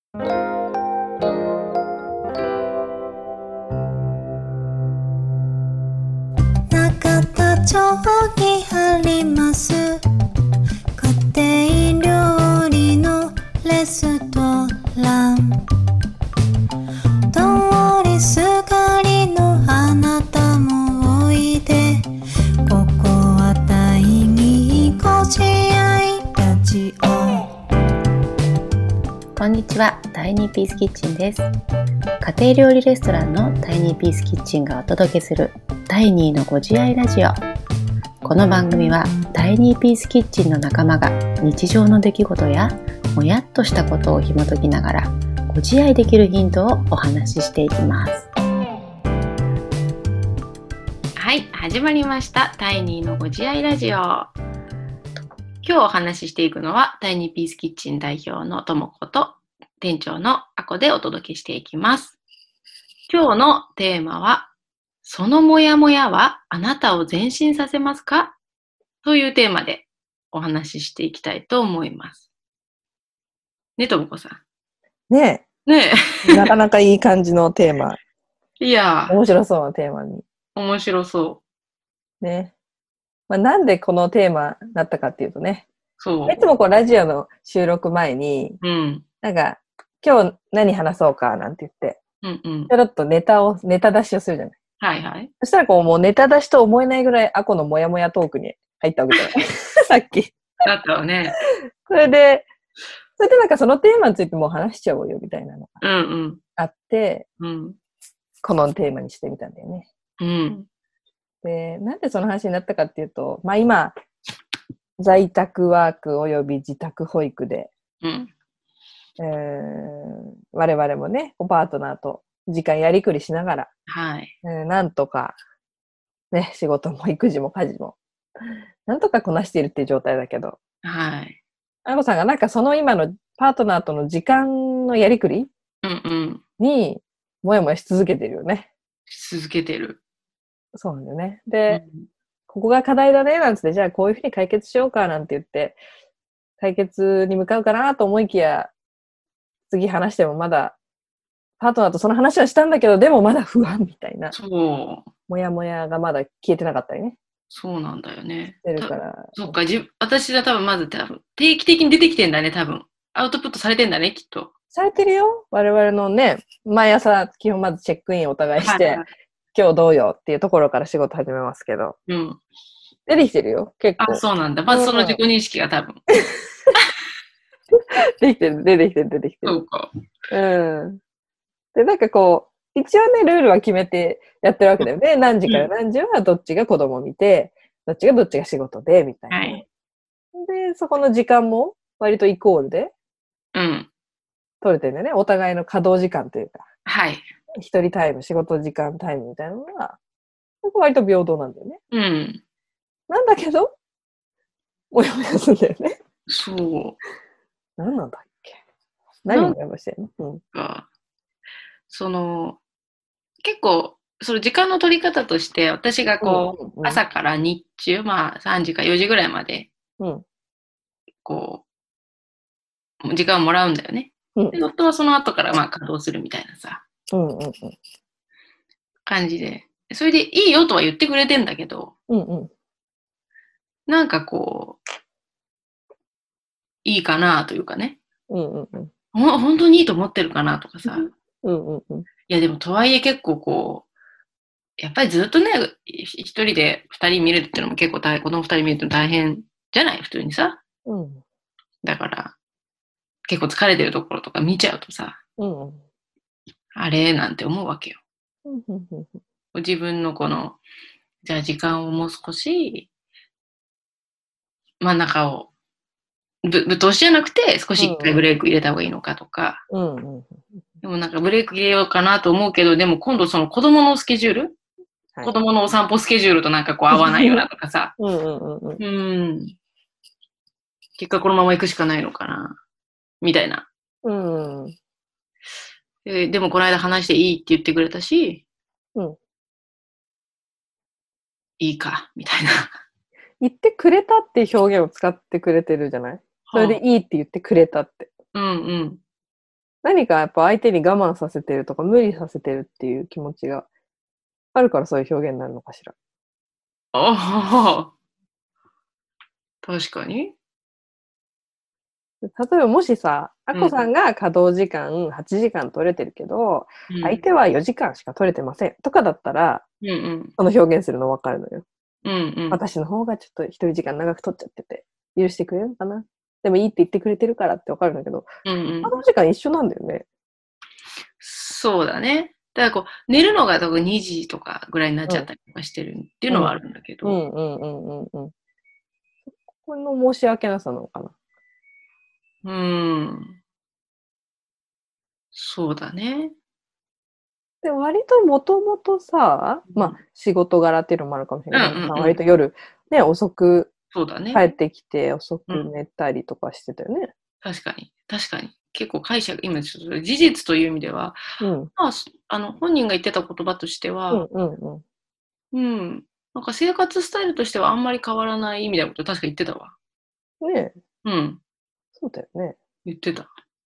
永田町にあります家庭料理のレストラン、通りすがりのあなたもおいで、ここは第二ご自愛ラジオ。 こんにちは、タイニーピースキッチンです。家庭料理レストランのタイニーピースキッチンがお届けする第2のご自愛ラジオ。この番組はタイニーピースキッチンの仲間が日常の出来事やもやっとしたことを紐解きながらご自愛できるヒントをお話ししていきます。はい、始まりましたタイニーのご自愛ラジオ。今日お話ししていくのはタイニーピースキッチン代表のともこと店長のあこでお届けしていきます。今日のテーマは、そのモヤモヤはあなたを前進させますか？というテーマでお話ししていきたいと思います。ね、ともこさん。 ねえ。なかなかいい感じのテーマ。 いやー。 面白そうなテーマに。 面白そう。 ね。なんでこのテーマになったかっていうとね。 そう。 いつもこうラジオの収録前に、なんか、今日何話そうかなんて言って、ちょろっとネタ出しをするじゃない。 はいはい。 そしたらこうもうネタ出しと思えないぐらいアコのモヤモヤトークに入ったわけじゃない。さっき。 だったわね。 それでなんかそのテーマについてもう話しちゃおうよみたいなのがあって、このテーマにしてみたんだよね。で、なんでその話になったかっていうと、今、在宅ワークおよび自宅保育で、我々もね、パートナーと時間やりくりしながら、なんとか、ね、仕事も育児も家事も、なんとかこなしているっていう状態だけど、あこさんがなんかその今のパートナーとの時間のやりくりに、もやもやし続けてるよね。 し続けてる。 そうなんだよね。で、ここが課題だね、なんつって、じゃあこういうふうに解決しようか、なんて言って、解決に向かうかなと思いきや、次話してもまだ、パートナーとその話はしたんだけど、でもまだ不安みたいな。 そう。 もやもやがまだ消えてなかったりね。 そうなんだよね。 してるから。 そうか、私は多分まず定期的に出てきてんだね、多分。アウトプットされてんだね、きっと。 されてるよ。我々のね、毎朝基本まずチェックインお互いして、今日どうよっていうところから仕事始めますけど。出てきてるよ、結構。 そうなんだ。まずその自己認識が多分。 出てきてる。 そうか。 で、なんかこう、一応ね、ルールは決めてやってるわけだよね。何時から何時はどっちが子供見て、どっちが仕事で、みたいな。で、そこの時間も割とイコールで、取れてるんだよね。お互いの稼働時間というか。一人タイム、仕事時間タイムみたいなのが、割と平等なんだよね。なんだけど、もやもやするんだよね。 そう。 何なんだっけ？何もやもやしてんの？ 結構、その時間の取り方として、私が朝から日中、3時か4時ぐらいまで、時間をもらうんだよね。で、夫はその後から稼働するみたいなさ、感じで。それでいいよとは言ってくれてんだけど、なんかいいかなというかね。本当にいいと思ってるかなとかさ。いやでもとはいえ結構やっぱりずっとね、一人で二人見れるっていうのも結構子供二人見るって大変じゃない？普通にさ。だから、結構疲れてるところとか見ちゃうとさ、あれなんて思うわけよ。自分のじゃあ時間をもう少し、真ん中をぶっ通しじゃなくて少し一回ブレイク入れた方がいいのかとか、でもなんかブレイク入れようかなと思うけど、でも今度その子供のスケジュール、子供のお散歩スケジュールとなんか合わないよなとかさ、結果このまま行くしかないのかなみたいな。でもこの間話していいって言ってくれたし、いいかみたいな。 言ってくれたっていう表現を使ってくれてるじゃない？それでいいって言ってくれたって。 何かやっぱ相手に我慢させてるとか無理させてるっていう気持ちがあるからそういう表現になるのかしら。 ああ、確かに。 例えばもしさ、あこさんが稼働時間8時間取れてるけど、相手は4時間しか取れてませんとかだったら、その表現するの分かるのよ。私の方がちょっと1人時間長く取っちゃってて、許してくれるのかな。でもいいって言ってくれてるからって分かるんだけど、稼働時間一緒なんだよね。 そうだね。だからこう、寝るのが多分2時とかぐらいになっちゃったりとかしてるっていうのはあるんだけど。これの申し訳なさなのかな。そうだね。 で、割ともともとさ、まあ仕事柄っていうのもあるかもしれないけど、割と夜ね、遅く帰ってきて遅く寝たりとかしてたよね。 確かに。確かに。結構解釈、今ちょっと事実という意味では、まあ、本人が言ってた言葉としては、なんか生活スタイルとしてはあんまり変わらない意味だこと確か言ってたわ。 ねえ。そうだよね。 言ってた。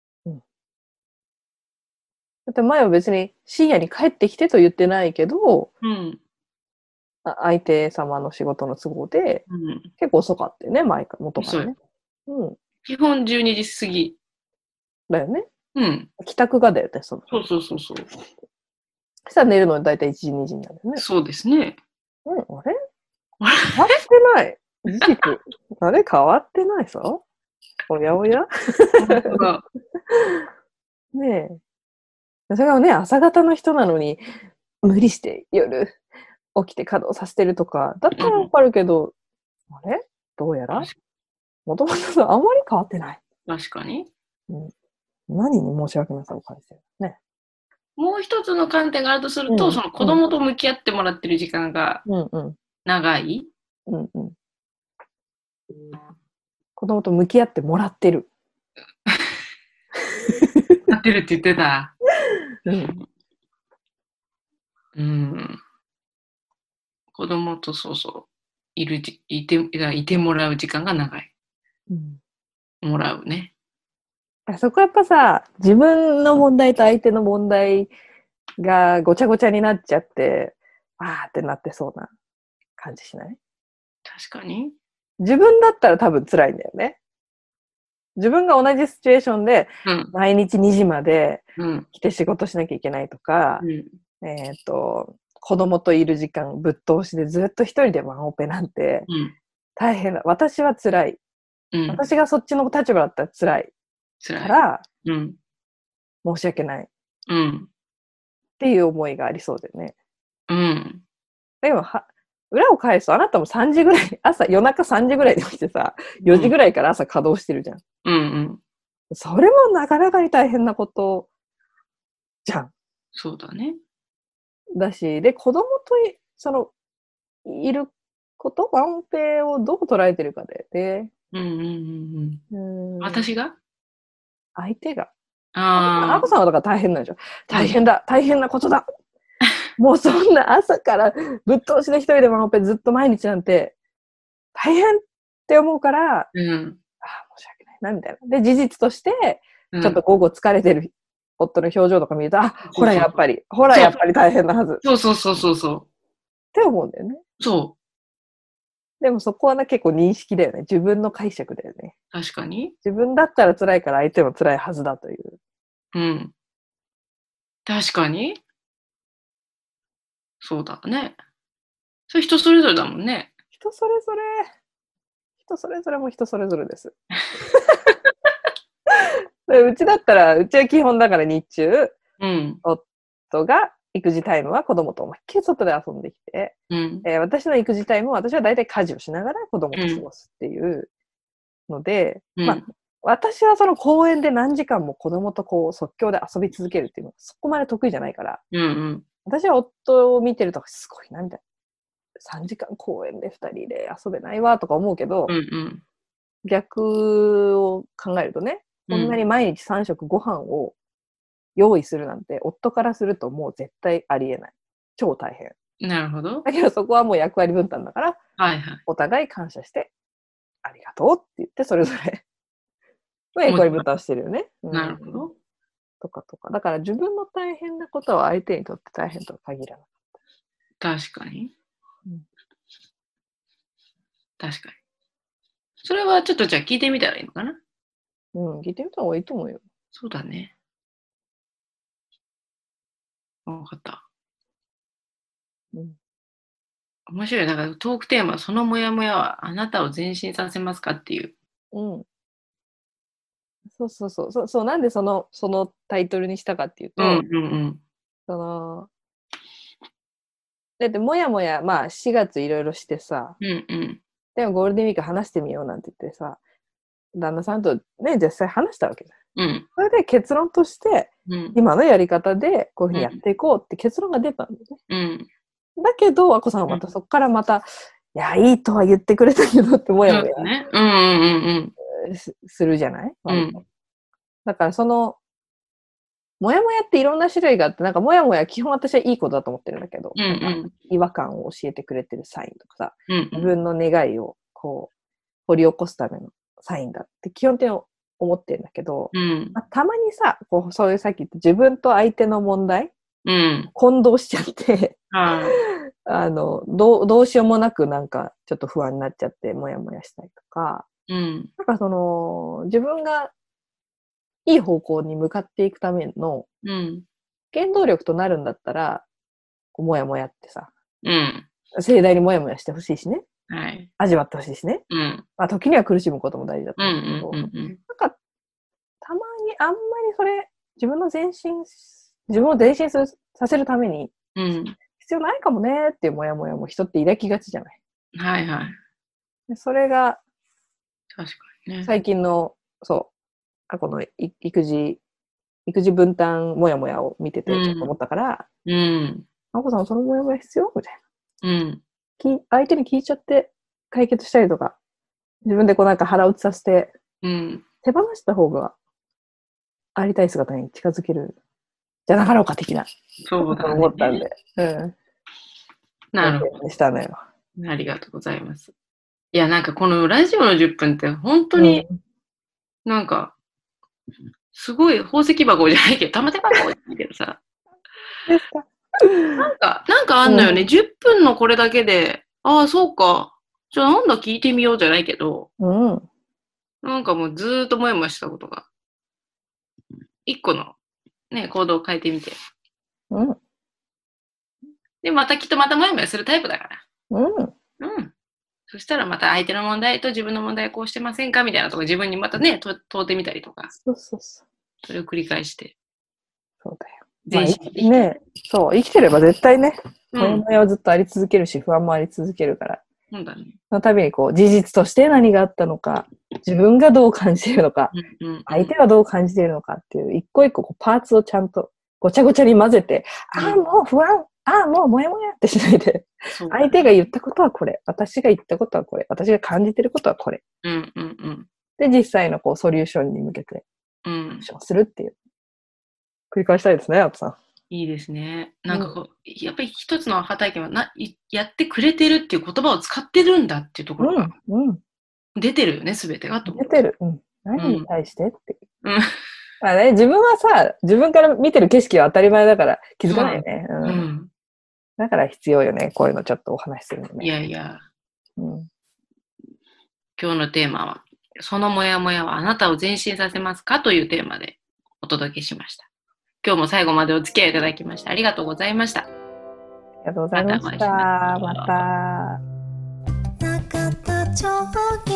だって前は別に深夜に帰ってきてと言ってないけど、相手様の仕事の都合で、結構遅かったよね、元からね。 基本12時過ぎ。 だよね。帰宅がだよね、 そう。 そしたら寝るのに大体1時、2時になるよね。 そうですね。 あれ変わってない。事実。あれ変わってないさ。おやおやねえ。それがね、朝方の人なのに、無理して夜起きて稼働させてるとか、だったらわかるけど、あれどうやらもともとあんまり変わってない。 確かに。 何に申し訳なさを感じてるね。 もう一つの観点があるとすると、その子供と向き合ってもらってる時間が長い。 子供と向き合ってもらってる。 やってるって言ってた。子供といてもらう時間が長い。もらうね。 そこやっぱさ、自分の問題と相手の問題がごちゃごちゃになっちゃって、あーってなってそうな感じしない？ 確かに。 自分だったら多分辛いんだよね。自分が同じシチュエーションで、毎日2時まで来て仕事しなきゃいけないとか、子供といる時間ぶっ通しでずっと一人でワンオペなんて、大変だ。私は辛い。私がそっちの立場だったら辛い。から、申し訳ない。っていう思いがありそうだよね。でも裏を返すと、あなたも3時ぐらい、夜中3時ぐらいに起きてさ、4時ぐらいから朝稼働してるじゃん。それもなかなかに大変なことじゃん。 そうだね。 だし、で、子供といること、ワンオペをどう捉えてるかで、 私が相手が。あこさんはだから大変なんじゃん。大変だ、大変なことだ。もうそんな朝からぶっ通しで一人でワンオペずっと毎日なんて大変って思うから、申し訳ないなみたいな。で、事実としてちょっと午後疲れてる夫の表情とか見ると、ほらやっぱり大変なはず。 そうって思うんだよね。でもそこは結構認識だよね。自分の解釈だよね。 確かに。 自分だったら辛いから相手も辛いはずだという。 確かに。そうだね。それ人それぞれだもんね。 人それぞれも人それぞれです。うちだったら、うちは基本だから日中、夫が育児タイムは子供と思いっきり外で遊んできて、私の育児タイムは私は大体家事をしながら子供と過ごすっていうので、私はその公園で何時間も子供と即興で遊び続けるっていうのはそこまで得意じゃないから、私は夫を見てるとすごいなみたいな。3時間公園で2人で遊べないわとか思うけど、逆を考えるとね、こんなに毎日3食ご飯を用意するなんて、夫からするともう絶対ありえない。超大変。 なるほど。 だけどそこはもう役割分担だから、お互い感謝して、ありがとうって言って、それぞれ役割分担してるよね。 なるほど。 とか。だから自分の大変なことは相手にとって大変とは限らなかった。確かに。 うん、 確かに。それはちょっとじゃあ聞いてみたらいいのかな？ うん、聞いてみた方がいいと思うよ。 そうだね。わかった。 うん。 面白い。だからトークテーマ、そのモヤモヤはあなたを前進させますかっていう。 うん。そう、なんでそのタイトルにしたかっていうと、だってもやもや、まあ4月いろいろしてさ、でもゴールデンウィーク話してみようなんて言ってさ、旦那さんとね、実際話したわけだ。それで結論として、今のやり方でこういうふうにやっていこうって結論が出たんだよね。だけど、あこさんはまたそこからまた、いや、いいとは言ってくれたけどってもやもやするじゃない？だからその、もやもやっていろんな種類があって、なんかもやもや基本私はいいことだと思ってるんだけど、なんか違和感を教えてくれてるサインとかさ、自分の願いをこう掘り起こすためのサインだって基本的に思ってるんだけど、たまにさ、こうそういうさっき言った自分と相手の問題、混同しちゃってどうしようもなくなんかちょっと不安になっちゃってもやもやしたりとか、なんかその自分がいい方向に向かっていくための原動力となるんだったら、もやもやってさ、盛大にもやもやしてほしいしね、味わってほしいしね、まあ時には苦しむことも大事だと思うけど、なんかたまにあんまりそれ自分を前進させるために必要ないかもねっていうもやもやも人って抱きがちじゃない。それが確かにね。 最近の過去の育児分担もやもやを見ててちょっと思ったから、あこさんそのもやもや必要みたいな、相手に聞いちゃって解決したりとか、自分でこうなんか腹打ちさせて、手放した方がありたい姿に近づけるじゃなかろうか的なそうだね、 思ったんで、 なるほど。 したのよ。 ありがとうございます。いや、なんかこのラジオの10分って本当になんかすごい宝石箱じゃないけど、玉手箱じゃないけどさ。なんかあんのよね。10分のこれだけで、ああ、そうか。じゃあなんだ聞いてみようじゃないけど、なんかもうずーっともやもやしたことが、一個のね、行動を変えてみて。で、またきっとまたもやもやするタイプだから。そしたらまた相手の問題と自分の問題こうしてませんかみたいなとこ自分にまたね、問うてみたりとか。それを繰り返して。 そうだよ。生きてれば絶対ね、もやもやはずっとあり続けるし、不安もあり続けるから。 そうだね。 その度にこう、事実として何があったのか、自分がどう感じているのか、相手はどう感じているのかっていう、一個一個こうパーツをちゃんとごちゃごちゃに混ぜて、もう不安、もうもやもやってしないで、相手が言ったことはこれ、私が言ったことはこれ、私が感じていることはこれ。で、実際のこうソリューションに向けて、するっていう。繰り返したいですね、あとさん。 いいですね。なんかこう、やっぱり一つのアハ体験はやってくれてるっていう言葉を使ってるんだっていうところが、出てるよね、すべてが。 出てる。何に対してっていう。まあね、自分はさ、自分から見てる景色は当たり前だから気づかないよね。だから必要よね、こういうのちょっとお話しするのね。 いやいや。今日のテーマは、そのモヤモヤはあなたを前進させますかというテーマでお届けしました。今日も最後までお付き合いいただきましてありがとうございました。 ありがとうございました。また。